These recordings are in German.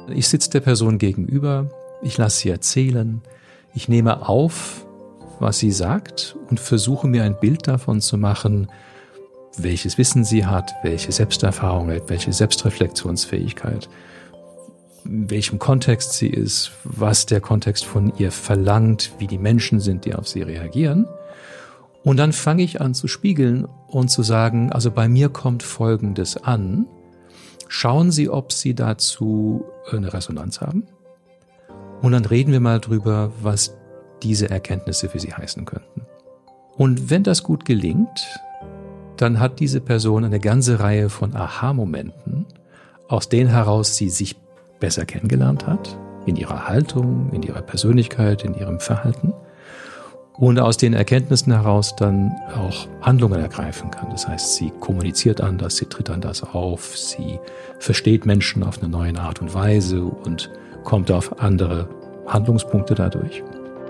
Ich sitze der Person gegenüber, ich lasse sie erzählen, ich nehme auf, was sie sagt und versuche mir ein Bild davon zu machen, welches Wissen sie hat, welche Selbsterfahrung hat, welche Selbstreflexionsfähigkeit, in welchem Kontext sie ist, was der Kontext von ihr verlangt, wie die Menschen sind, die auf sie reagieren. Und dann fange ich an zu spiegeln und zu sagen, also bei mir kommt Folgendes an. Schauen Sie, ob Sie dazu eine Resonanz haben. Und dann reden wir mal drüber, was diese Erkenntnisse für Sie heißen könnten. Und wenn das gut gelingt, dann hat diese Person eine ganze Reihe von Aha-Momenten, aus denen heraus sie sich besser kennengelernt hat, in ihrer Haltung, in ihrer Persönlichkeit, in ihrem Verhalten und aus den Erkenntnissen heraus dann auch Handlungen ergreifen kann. Das heißt, sie kommuniziert anders, sie tritt anders auf, sie versteht Menschen auf eine neue Art und Weise und kommt auf andere Handlungspunkte dadurch.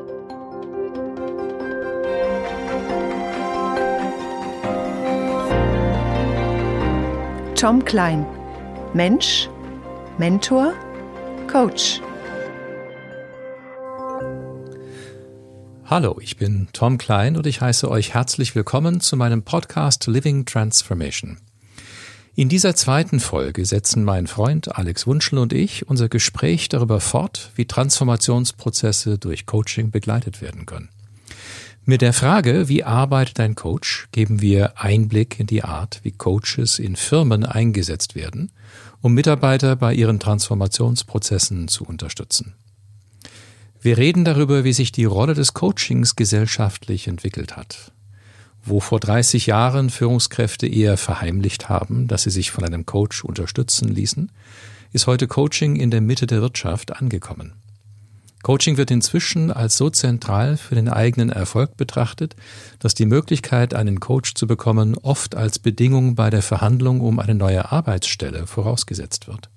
Tom Klein, Mensch, Mentor, Coach. Hallo, ich bin Tom Klein und ich heiße euch herzlich willkommen zu meinem Podcast Living Transformation. In dieser zweiten Folge setzen mein Freund Alex Wunschel und ich unser Gespräch darüber fort, wie Transformationsprozesse durch Coaching begleitet werden können. Mit der Frage, wie arbeitet ein Coach, geben wir Einblick in die Art, wie Coaches in Firmen eingesetzt werden, um Mitarbeiter bei ihren Transformationsprozessen zu unterstützen. Wir reden darüber, wie sich die Rolle des Coachings gesellschaftlich entwickelt hat, wo vor 30 Jahren Führungskräfte eher verheimlicht haben, dass sie sich von einem Coach unterstützen ließen, ist heute Coaching in der Mitte der Wirtschaft angekommen. Coaching wird inzwischen als so zentral für den eigenen Erfolg betrachtet, dass die Möglichkeit, einen Coach zu bekommen, oft als Bedingung bei der Verhandlung um eine neue Arbeitsstelle vorausgesetzt wird.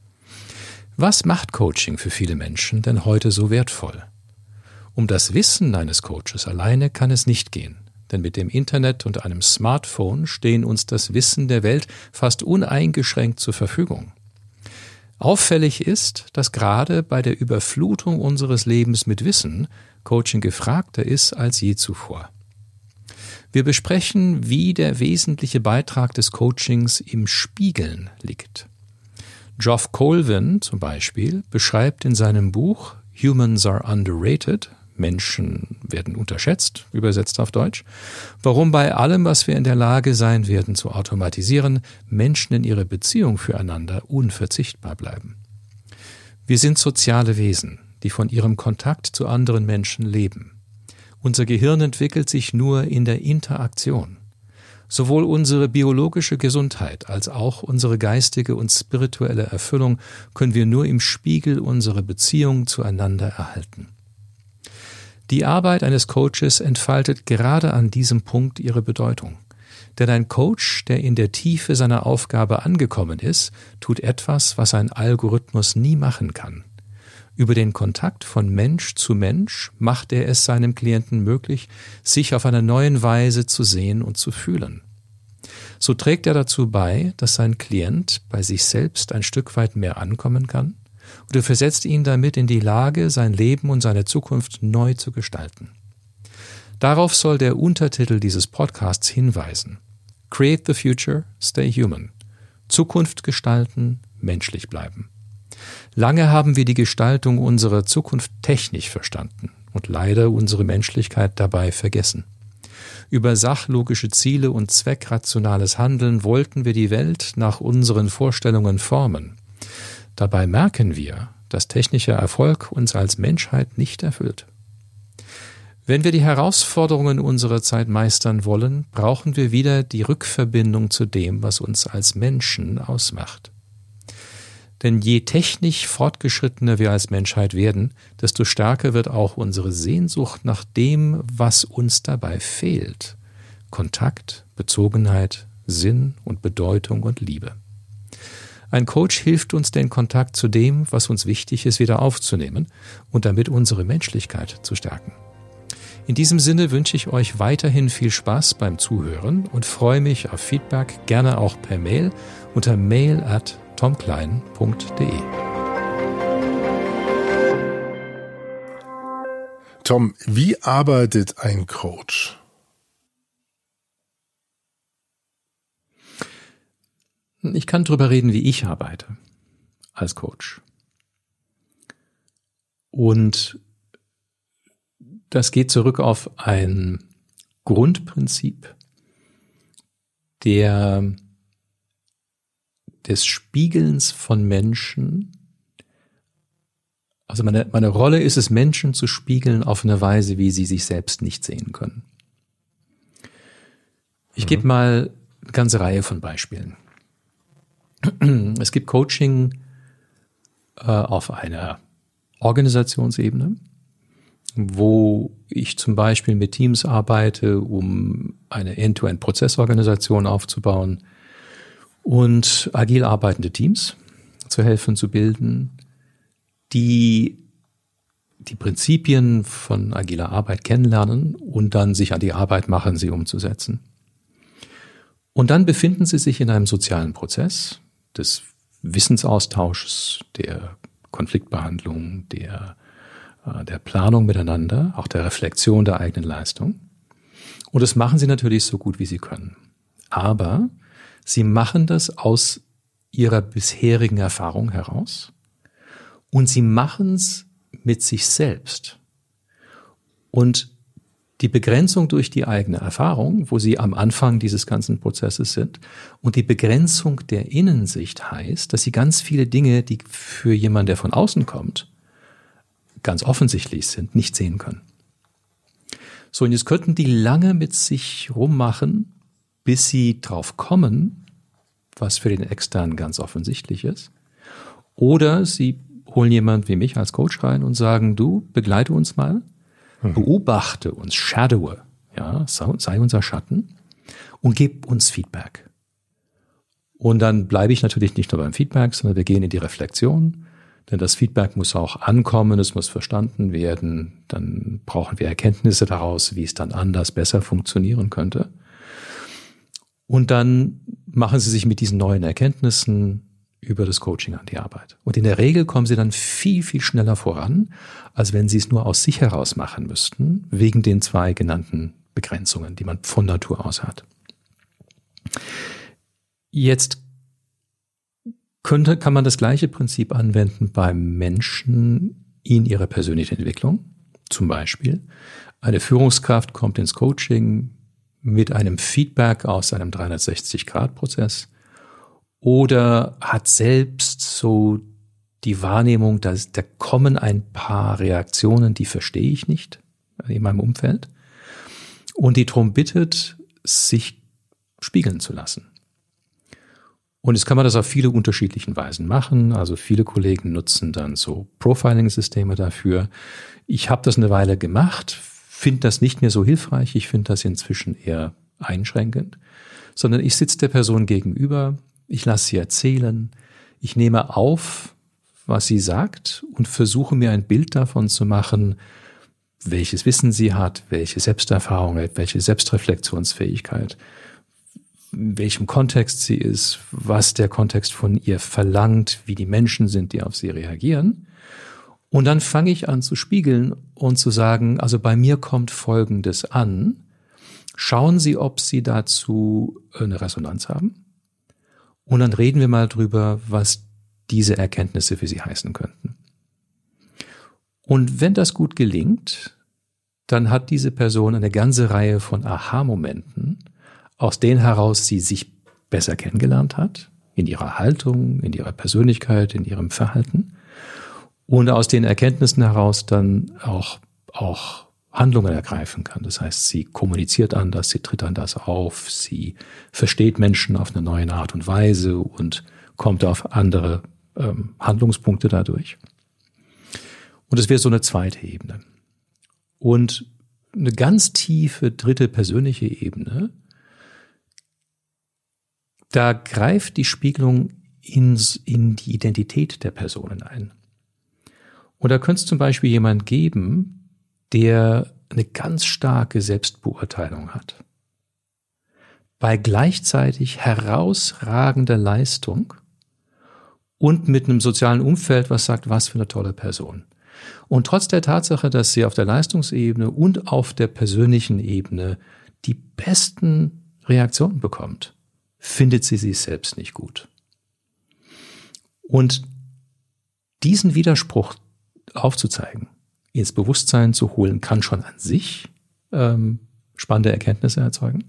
Was macht Coaching für viele Menschen denn heute so wertvoll? Um das Wissen eines Coaches alleine kann es nicht gehen, denn mit dem Internet und einem Smartphone stehen uns das Wissen der Welt fast uneingeschränkt zur Verfügung. Auffällig ist, dass gerade bei der Überflutung unseres Lebens mit Wissen Coaching gefragter ist als je zuvor. Wir besprechen, wie der wesentliche Beitrag des Coachings im Spiegeln liegt. Geoff Colvin zum Beispiel beschreibt in seinem Buch Humans are underrated, Menschen werden unterschätzt, übersetzt auf Deutsch, warum bei allem, was wir in der Lage sein werden zu automatisieren, Menschen in ihrer Beziehung füreinander unverzichtbar bleiben. Wir sind soziale Wesen, die von ihrem Kontakt zu anderen Menschen leben. Unser Gehirn entwickelt sich nur in der Interaktion. Sowohl unsere biologische Gesundheit als auch unsere geistige und spirituelle Erfüllung können wir nur im Spiegel unserer Beziehung zueinander erhalten. Die Arbeit eines Coaches entfaltet gerade an diesem Punkt ihre Bedeutung. Denn ein Coach, der in der Tiefe seiner Aufgabe angekommen ist, tut etwas, was ein Algorithmus nie machen kann. Über den Kontakt von Mensch zu Mensch macht er es seinem Klienten möglich, sich auf einer neuen Weise zu sehen und zu fühlen. So trägt er dazu bei, dass sein Klient bei sich selbst ein Stück weit mehr ankommen kann, und er versetzt ihn damit in die Lage, sein Leben und seine Zukunft neu zu gestalten. Darauf soll der Untertitel dieses Podcasts hinweisen. Create the future, stay human. Zukunft gestalten, menschlich bleiben. Lange haben wir die Gestaltung unserer Zukunft technisch verstanden und leider unsere Menschlichkeit dabei vergessen. Über sachlogische Ziele und zweckrationales Handeln wollten wir die Welt nach unseren Vorstellungen formen. Dabei merken wir, dass technischer Erfolg uns als Menschheit nicht erfüllt. Wenn wir die Herausforderungen unserer Zeit meistern wollen, brauchen wir wieder die Rückverbindung zu dem, was uns als Menschen ausmacht. Denn je technisch fortgeschrittener wir als Menschheit werden, desto stärker wird auch unsere Sehnsucht nach dem, was uns dabei fehlt. Kontakt, Bezogenheit, Sinn und Bedeutung und Liebe. Ein Coach hilft uns, den Kontakt zu dem, was uns wichtig ist, wieder aufzunehmen und damit unsere Menschlichkeit zu stärken. In diesem Sinne wünsche ich euch weiterhin viel Spaß beim Zuhören und freue mich auf Feedback, gerne auch per Mail unter mail@tomklein.de. Tom, wie arbeitet ein Coach? Ich kann drüber reden, wie ich arbeite als Coach. Und das geht zurück auf ein Grundprinzip des Spiegelns von Menschen. Also meine Rolle ist es, Menschen zu spiegeln auf eine Weise, wie sie sich selbst nicht sehen können. Ich gebe mal eine ganze Reihe von Beispielen. Es gibt Coaching auf einer Organisationsebene, wo ich zum Beispiel mit Teams arbeite, um eine End-to-End-Prozessorganisation aufzubauen und agil arbeitende Teams zu helfen, zu bilden, die Prinzipien von agiler Arbeit kennenlernen und dann sich an die Arbeit machen, sie umzusetzen. Und dann befinden sie sich in einem sozialen Prozess des Wissensaustausches, der Konfliktbehandlung, der Planung miteinander, auch der Reflexion der eigenen Leistung. Und das machen sie natürlich so gut, wie sie können. Aber sie machen das aus ihrer bisherigen Erfahrung heraus und sie machen es mit sich selbst. Und die Begrenzung durch die eigene Erfahrung, wo sie am Anfang dieses ganzen Prozesses sind, und die Begrenzung der Innensicht heißt, dass sie ganz viele Dinge, die für jemanden, der von außen kommt, ganz offensichtlich sind, nicht sehen können. So, und jetzt könnten die lange mit sich rummachen, bis sie drauf kommen, was für den Externen ganz offensichtlich ist. Oder sie holen jemand wie mich als Coach rein und sagen, du, begleite uns mal, beobachte uns, shadowe, ja, sei unser Schatten und gib uns Feedback. Und dann bleibe ich natürlich nicht nur beim Feedback, sondern wir gehen in die Reflexion, denn das Feedback muss auch ankommen, es muss verstanden werden, dann brauchen wir Erkenntnisse daraus, wie es dann anders, besser funktionieren könnte. Und dann machen sie sich mit diesen neuen Erkenntnissen über das Coaching an die Arbeit. Und in der Regel kommen sie dann viel, viel schneller voran, als wenn sie es nur aus sich heraus machen müssten, wegen den 2 genannten Begrenzungen, die man von Natur aus hat. Jetzt kann man das gleiche Prinzip anwenden beim Menschen in ihrer persönlichen Entwicklung. Zum Beispiel, eine Führungskraft kommt ins Coaching mit einem Feedback aus einem 360-Grad-Prozess oder hat selbst so die Wahrnehmung, dass da kommen ein paar Reaktionen, die verstehe ich nicht in meinem Umfeld, und die darum bittet, sich spiegeln zu lassen. Und jetzt kann man das auf viele unterschiedlichen Weisen machen. Also viele Kollegen nutzen dann so Profiling-Systeme dafür. Ich habe das eine Weile gemacht, finde das nicht mehr so hilfreich. Ich finde das inzwischen eher einschränkend, sondern ich sitze der Person gegenüber, ich lasse sie erzählen, ich nehme auf, was sie sagt und versuche mir ein Bild davon zu machen, welches Wissen sie hat, welche Selbsterfahrung hat, welche Selbstreflexionsfähigkeit, in welchem Kontext sie ist, was der Kontext von ihr verlangt, wie die Menschen sind, die auf sie reagieren. Und dann fange ich an zu spiegeln und zu sagen, also bei mir kommt Folgendes an. Schauen Sie, ob Sie dazu eine Resonanz haben. Und dann reden wir mal drüber, was diese Erkenntnisse für Sie heißen könnten. Und wenn das gut gelingt, dann hat diese Person eine ganze Reihe von Aha-Momenten, aus denen heraus sie sich besser kennengelernt hat, in ihrer Haltung, in ihrer Persönlichkeit, in ihrem Verhalten, und aus den Erkenntnissen heraus dann auch Handlungen ergreifen kann. Das heißt, sie kommuniziert anders, sie tritt anders auf, sie versteht Menschen auf eine neue Art und Weise und kommt auf andere Handlungspunkte dadurch. Und es wäre so eine zweite Ebene. Und eine ganz tiefe dritte persönliche Ebene, da greift die Spiegelung in die Identität der Personen ein. Und da könnte es zum Beispiel jemand geben, der eine ganz starke Selbstbeurteilung hat. Bei gleichzeitig herausragender Leistung und mit einem sozialen Umfeld, was sagt, was für eine tolle Person. Und trotz der Tatsache, dass sie auf der Leistungsebene und auf der persönlichen Ebene die besten Reaktionen bekommt, findet sie sich selbst nicht gut. Und diesen Widerspruch aufzuzeigen, ins Bewusstsein zu holen, kann schon an sich spannende Erkenntnisse erzeugen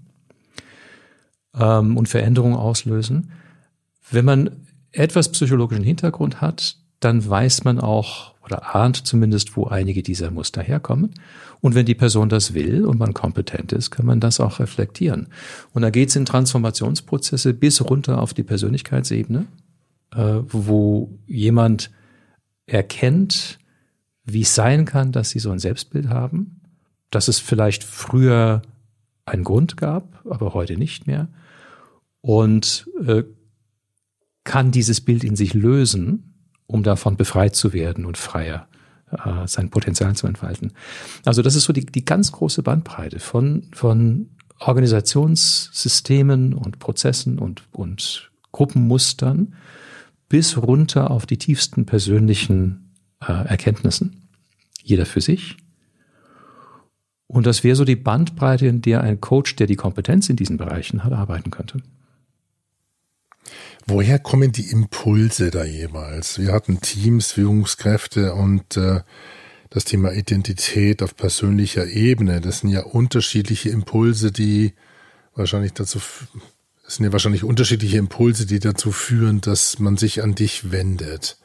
und Veränderungen auslösen. Wenn man etwas psychologischen Hintergrund hat, dann weiß man auch oder ahnt zumindest, wo einige dieser Muster herkommen. Und wenn die Person das will und man kompetent ist, kann man das auch reflektieren. Und da geht es in Transformationsprozesse bis runter auf die Persönlichkeitsebene, wo jemand erkennt, wie es sein kann, dass sie so ein Selbstbild haben, dass es vielleicht früher einen Grund gab, aber heute nicht mehr, und kann dieses Bild in sich lösen, um davon befreit zu werden und freier sein Potenzial zu entfalten. Also das ist so die ganz große Bandbreite von Organisationssystemen und Prozessen und Gruppenmustern bis runter auf die tiefsten persönlichen Erkenntnissen, jeder für sich. Und das wäre so die Bandbreite, in der ein Coach, der die Kompetenz in diesen Bereichen hat, arbeiten könnte. Woher kommen die Impulse da jeweils? Wir hatten Teams, Führungskräfte und das Thema Identität auf persönlicher Ebene. Das sind ja unterschiedliche Impulse, die wahrscheinlich unterschiedliche Impulse, die dazu führen, dass man sich an dich wendet.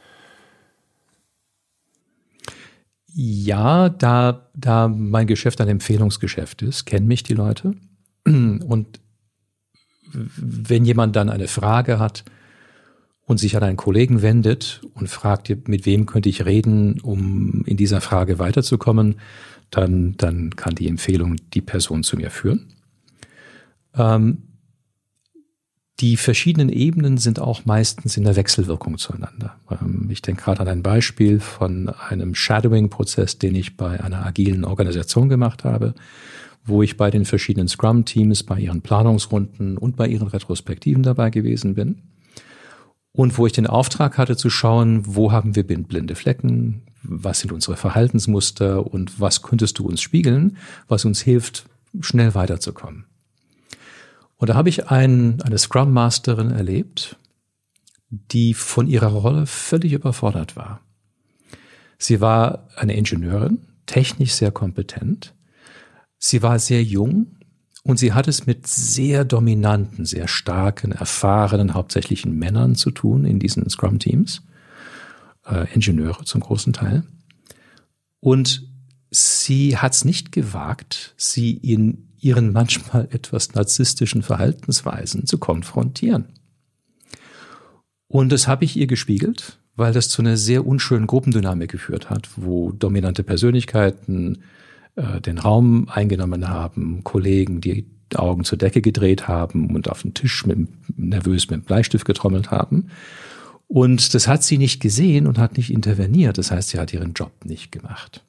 Ja, da mein Geschäft ein Empfehlungsgeschäft ist, kennen mich die Leute. Und wenn jemand dann eine Frage hat und sich an einen Kollegen wendet und fragt, mit wem könnte ich reden, um in dieser Frage weiterzukommen, dann kann die Empfehlung die Person zu mir führen. Die verschiedenen Ebenen sind auch meistens in der Wechselwirkung zueinander. Ich denke gerade an ein Beispiel von einem Shadowing-Prozess, den ich bei einer agilen Organisation gemacht habe, wo ich bei den verschiedenen Scrum-Teams, bei ihren Planungsrunden und bei ihren Retrospektiven dabei gewesen bin. Und wo ich den Auftrag hatte zu schauen, wo haben wir blinde Flecken, was sind unsere Verhaltensmuster und was könntest du uns spiegeln, was uns hilft, schnell weiterzukommen. Und da habe ich eine Scrum Masterin erlebt, die von ihrer Rolle völlig überfordert war. Sie war eine Ingenieurin, technisch sehr kompetent. Sie war sehr jung und sie hat es mit sehr dominanten, sehr starken, erfahrenen, hauptsächlich Männern zu tun in diesen Scrum-Teams. Ingenieure zum großen Teil. Und sie hat es nicht gewagt, sie in ihren manchmal etwas narzisstischen Verhaltensweisen zu konfrontieren. Und das habe ich ihr gespiegelt, weil das zu einer sehr unschönen Gruppendynamik geführt hat, wo dominante Persönlichkeiten den Raum eingenommen haben, Kollegen die Augen zur Decke gedreht haben und auf den Tisch nervös mit dem Bleistift getrommelt haben. Und das hat sie nicht gesehen und hat nicht interveniert. Das heißt, sie hat ihren Job nicht gemacht.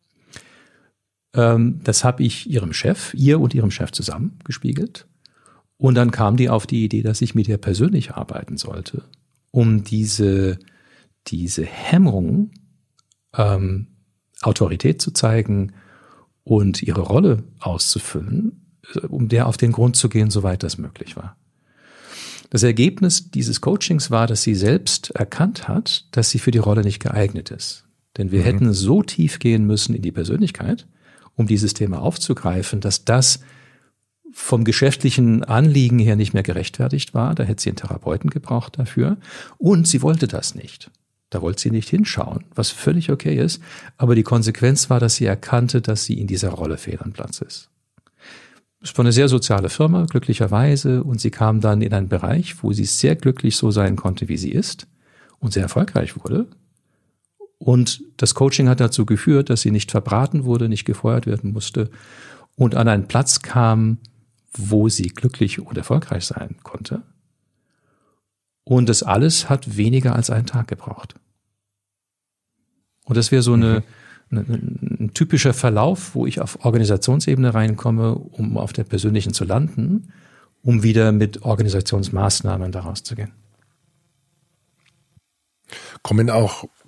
Das habe ich ihr und ihrem Chef zusammen gespiegelt. Und dann kam die auf die Idee, dass ich mit ihr persönlich arbeiten sollte, um diese Hemmung, Autorität zu zeigen und ihre Rolle auszufüllen, um der auf den Grund zu gehen, soweit das möglich war. Das Ergebnis dieses Coachings war, dass sie selbst erkannt hat, dass sie für die Rolle nicht geeignet ist. Denn wir hätten so tief gehen müssen in die Persönlichkeit, um dieses Thema aufzugreifen, dass das vom geschäftlichen Anliegen her nicht mehr gerechtfertigt war. Da hätte sie einen Therapeuten gebraucht dafür. Und sie wollte das nicht. Da wollte sie nicht hinschauen, was völlig okay ist. Aber die Konsequenz war, dass sie erkannte, dass sie in dieser Rolle fehl am Platz ist. Es war eine sehr soziale Firma, glücklicherweise. Und sie kam dann in einen Bereich, wo sie sehr glücklich so sein konnte, wie sie ist. Und sehr erfolgreich wurde. Und das Coaching hat dazu geführt, dass sie nicht verbraten wurde, nicht gefeuert werden musste und an einen Platz kam, wo sie glücklich und erfolgreich sein konnte. Und das alles hat weniger als einen Tag gebraucht. Und das wäre so ein typischer Verlauf, wo ich auf Organisationsebene reinkomme, um auf der persönlichen zu landen, um wieder mit Organisationsmaßnahmen daraus zu gehen. Kommen auch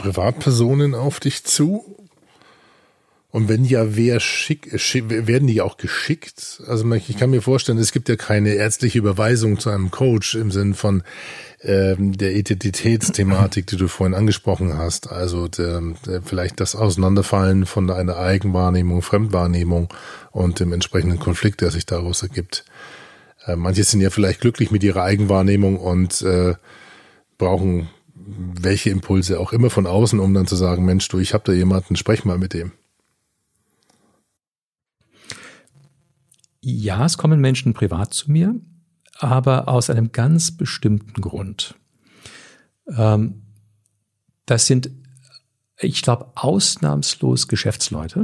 Privatpersonen auf dich zu? Und wenn ja, werden die auch geschickt? Also ich kann mir vorstellen, es gibt ja keine ärztliche Überweisung zu einem Coach im Sinn von der Identitätsthematik, die du vorhin angesprochen hast. Also vielleicht das Auseinanderfallen von einer Eigenwahrnehmung, Fremdwahrnehmung und dem entsprechenden Konflikt, der sich daraus ergibt. Manche sind ja vielleicht glücklich mit ihrer Eigenwahrnehmung und brauchen welche Impulse auch immer von außen, um dann zu sagen, Mensch, du, ich habe da jemanden, sprech mal mit dem. Ja, es kommen Menschen privat zu mir, aber aus einem ganz bestimmten Grund. Das sind, ich glaube, ausnahmslos Geschäftsleute,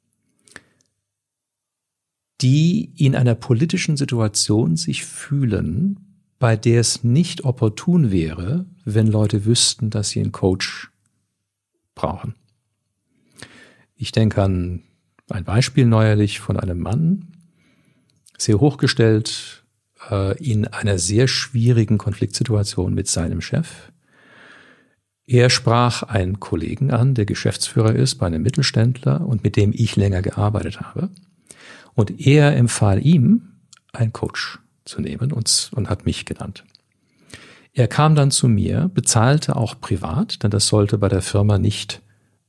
die in einer politischen Situation sich fühlen, bei der es nicht opportun wäre, wenn Leute wüssten, dass sie einen Coach brauchen. Ich denke an ein Beispiel neuerlich von einem Mann, sehr hochgestellt, in einer sehr schwierigen Konfliktsituation mit seinem Chef. Er sprach einen Kollegen an, der Geschäftsführer ist bei einem Mittelständler und mit dem ich länger gearbeitet habe. Und er empfahl ihm, einen Coach zu nehmen und hat mich genannt. Er kam dann zu mir, bezahlte auch privat, denn das sollte bei der Firma nicht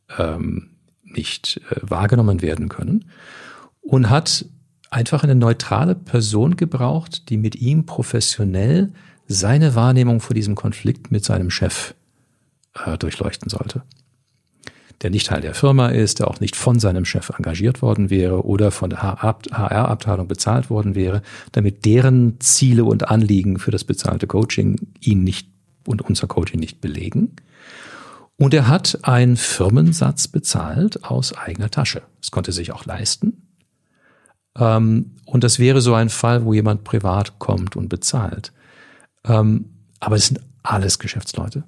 wahrgenommen werden können, und hat einfach eine neutrale Person gebraucht, die mit ihm professionell seine Wahrnehmung vor diesem Konflikt mit seinem Chef durchleuchten sollte. Der nicht Teil der Firma ist, der auch nicht von seinem Chef engagiert worden wäre oder von der HR-Abteilung bezahlt worden wäre, damit deren Ziele und Anliegen für das bezahlte Coaching ihn nicht und unser Coaching nicht belegen. Und er hat einen Firmensatz bezahlt aus eigener Tasche. Das konnte er sich auch leisten. Und das wäre so ein Fall, wo jemand privat kommt und bezahlt. Aber es sind alles Geschäftsleute.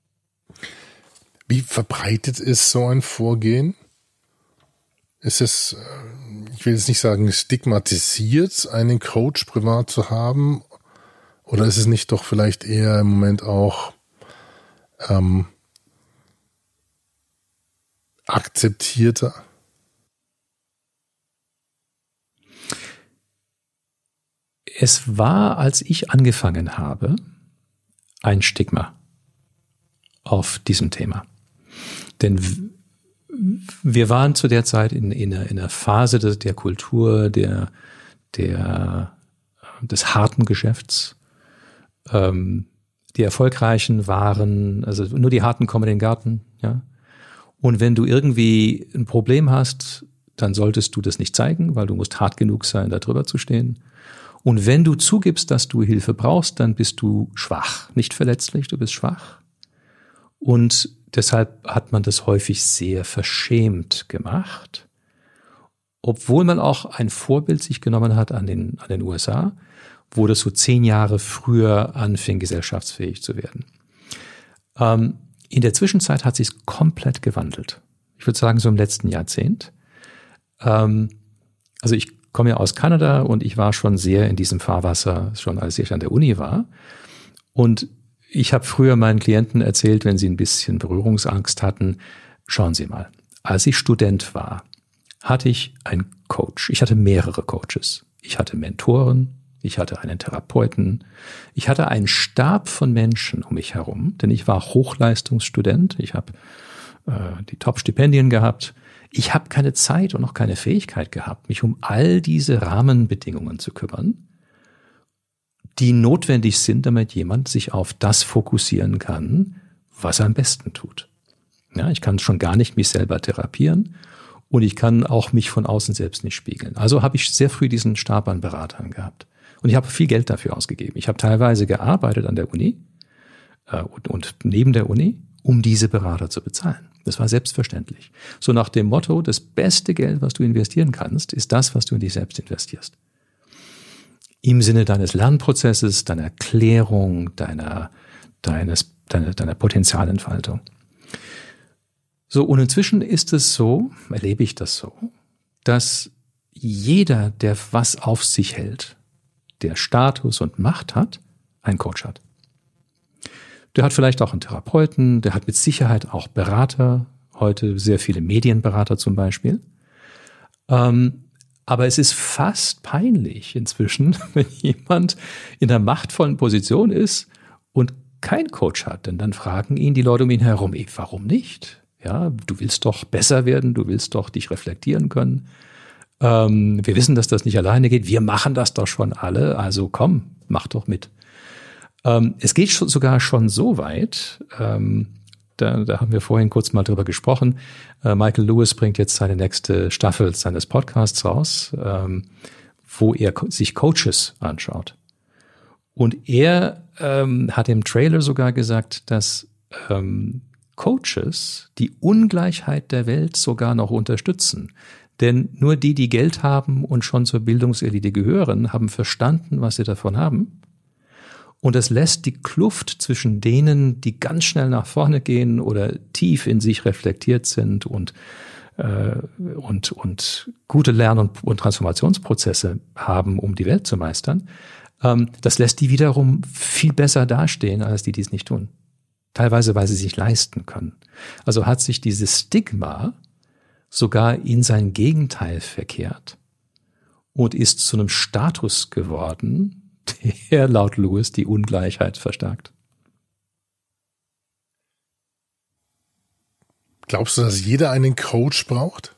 Wie verbreitet ist so ein Vorgehen? Ist es, ich will jetzt nicht sagen stigmatisiert, einen Coach privat zu haben? Oder ist es nicht doch vielleicht eher im Moment auch akzeptierter? Es war, als ich angefangen habe, ein Stigma auf diesem Thema. Denn wir waren zu der Zeit in einer Phase der Kultur, des harten Geschäfts. Die Erfolgreichen waren, also nur die Harten kommen in den Garten, ja. Und wenn du irgendwie ein Problem hast, dann solltest du das nicht zeigen, weil du musst hart genug sein, da drüber zu stehen. Und wenn du zugibst, dass du Hilfe brauchst, dann bist du schwach. Nicht verletzlich, du bist schwach. Und deshalb hat man das häufig sehr verschämt gemacht, obwohl man auch ein Vorbild sich genommen hat an den USA, wo das so 10 Jahre früher anfing, gesellschaftsfähig zu werden. In der Zwischenzeit hat sich es komplett gewandelt. Ich würde sagen, so im letzten Jahrzehnt. Also ich komme ja aus Kanada und ich war schon sehr in diesem Fahrwasser, schon als ich an der Uni war. Und ich habe früher meinen Klienten erzählt, wenn sie ein bisschen Berührungsangst hatten, schauen Sie mal, als ich Student war, hatte ich einen Coach. Ich hatte mehrere Coaches. Ich hatte Mentoren, ich hatte einen Therapeuten, ich hatte einen Stab von Menschen um mich herum, denn ich war Hochleistungsstudent, ich habe die Top-Stipendien gehabt. Ich habe keine Zeit und auch keine Fähigkeit gehabt, mich um all diese Rahmenbedingungen zu kümmern, die notwendig sind, damit jemand sich auf das fokussieren kann, was er am besten tut. Ja, ich kann schon gar nicht mich selber therapieren und ich kann auch mich von außen selbst nicht spiegeln. Also habe ich sehr früh diesen Stab an Beratern gehabt. Und ich habe viel Geld dafür ausgegeben. Ich habe teilweise gearbeitet an der Uni und neben der Uni, um diese Berater zu bezahlen. Das war selbstverständlich. So nach dem Motto, das beste Geld, was du investieren kannst, ist das, was du in dich selbst investierst. Im Sinne deines Lernprozesses, deiner Klärung, deiner Potenzialentfaltung. So, und inzwischen ist es so, erlebe ich das so, dass jeder, der was auf sich hält, der Status und Macht hat, einen Coach hat. Der hat vielleicht auch einen Therapeuten, der hat mit Sicherheit auch Berater, heute sehr viele Medienberater zum Beispiel. Aber es ist fast peinlich inzwischen, wenn jemand in einer machtvollen Position ist und keinen Coach hat, denn dann fragen ihn die Leute um ihn herum, warum nicht? Ja, du willst doch besser werden, du willst doch dich reflektieren können. Wir wissen, dass das nicht alleine geht, wir machen das doch schon alle, also komm, mach doch mit. Es geht sogar schon so weit, da haben wir vorhin kurz mal drüber gesprochen, Michael Lewis bringt jetzt seine nächste Staffel seines Podcasts raus, wo er sich Coaches anschaut. Und er hat im Trailer sogar gesagt, dass Coaches die Ungleichheit der Welt sogar noch unterstützen. Denn nur die Geld haben und schon zur Bildungselite gehören, haben verstanden, was sie davon haben. Und das lässt die Kluft zwischen denen, die ganz schnell nach vorne gehen oder tief in sich reflektiert sind und gute Lern- und Transformationsprozesse haben, um die Welt zu meistern, das lässt die wiederum viel besser dastehen, als die es nicht tun. Teilweise, weil sie sich leisten können. Also hat sich dieses Stigma sogar in sein Gegenteil verkehrt und ist zu einem Status geworden, der laut Lewis die Ungleichheit verstärkt. Glaubst du, dass jeder einen Coach braucht?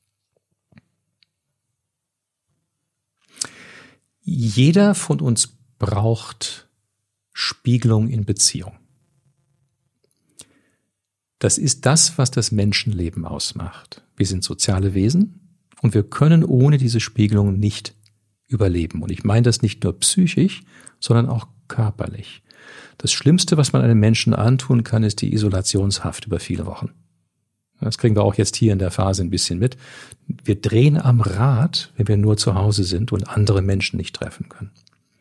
Jeder von uns braucht Spiegelung in Beziehung. Das ist das, was das Menschenleben ausmacht. Wir sind soziale Wesen und wir können ohne diese Spiegelung nicht überleben. Und ich meine das nicht nur psychisch, sondern auch körperlich. Das Schlimmste, was man einem Menschen antun kann, ist die Isolationshaft über viele Wochen. Das kriegen wir auch jetzt hier in der Phase ein bisschen mit. Wir drehen am Rad, wenn wir nur zu Hause sind und andere Menschen nicht treffen können.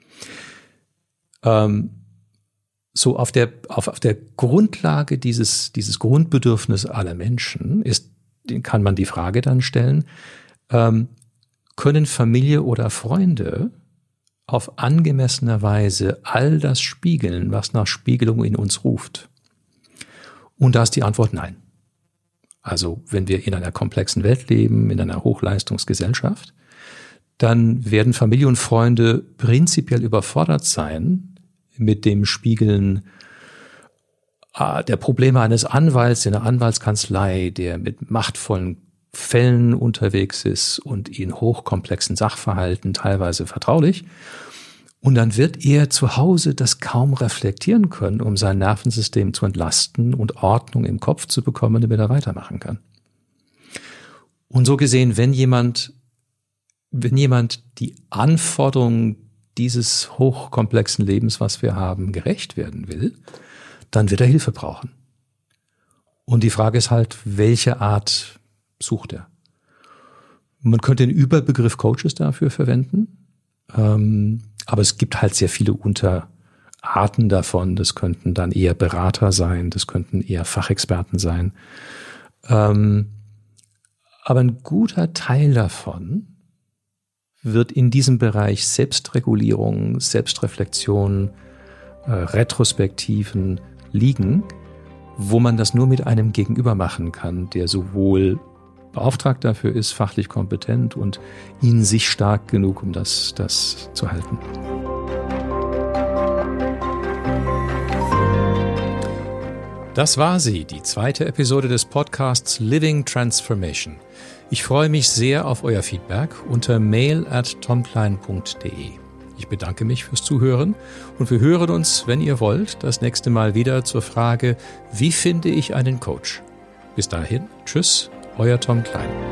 So auf der Grundlage dieses Grundbedürfnis aller Menschen kann man die Frage dann stellen, können Familie oder Freunde auf angemessene Weise all das spiegeln, was nach Spiegelung in uns ruft? Und da ist die Antwort nein. Also wenn wir in einer komplexen Welt leben, in einer Hochleistungsgesellschaft, dann werden Familie und Freunde prinzipiell überfordert sein mit dem Spiegeln der Probleme eines Anwalts in einer Anwaltskanzlei, der mit machtvollen Fällen unterwegs ist und in hochkomplexen Sachverhalten, teilweise vertraulich. Und dann wird er zu Hause das kaum reflektieren können, um sein Nervensystem zu entlasten und Ordnung im Kopf zu bekommen, damit er weitermachen kann. Und so gesehen, wenn jemand die Anforderungen dieses hochkomplexen Lebens, was wir haben, gerecht werden will, dann wird er Hilfe brauchen. Und die Frage ist halt, welche Art sucht er? Man könnte den Überbegriff Coaches dafür verwenden, aber es gibt halt sehr viele Unterarten davon. Das könnten dann eher Berater sein, das könnten eher Fachexperten sein. Aber ein guter Teil davon wird in diesem Bereich Selbstregulierung, Selbstreflexion, Retrospektiven liegen, wo man das nur mit einem Gegenüber machen kann, der sowohl beauftragt dafür ist, fachlich kompetent und in sich stark genug, um das zu halten. Das war sie, die zweite Episode des Podcasts Living Transformation. Ich freue mich sehr auf euer Feedback unter mail@tomklein.de. Ich bedanke mich fürs Zuhören und wir hören uns, wenn ihr wollt, das nächste Mal wieder zur Frage, wie finde ich einen Coach? Bis dahin, tschüss, euer Tom Klein.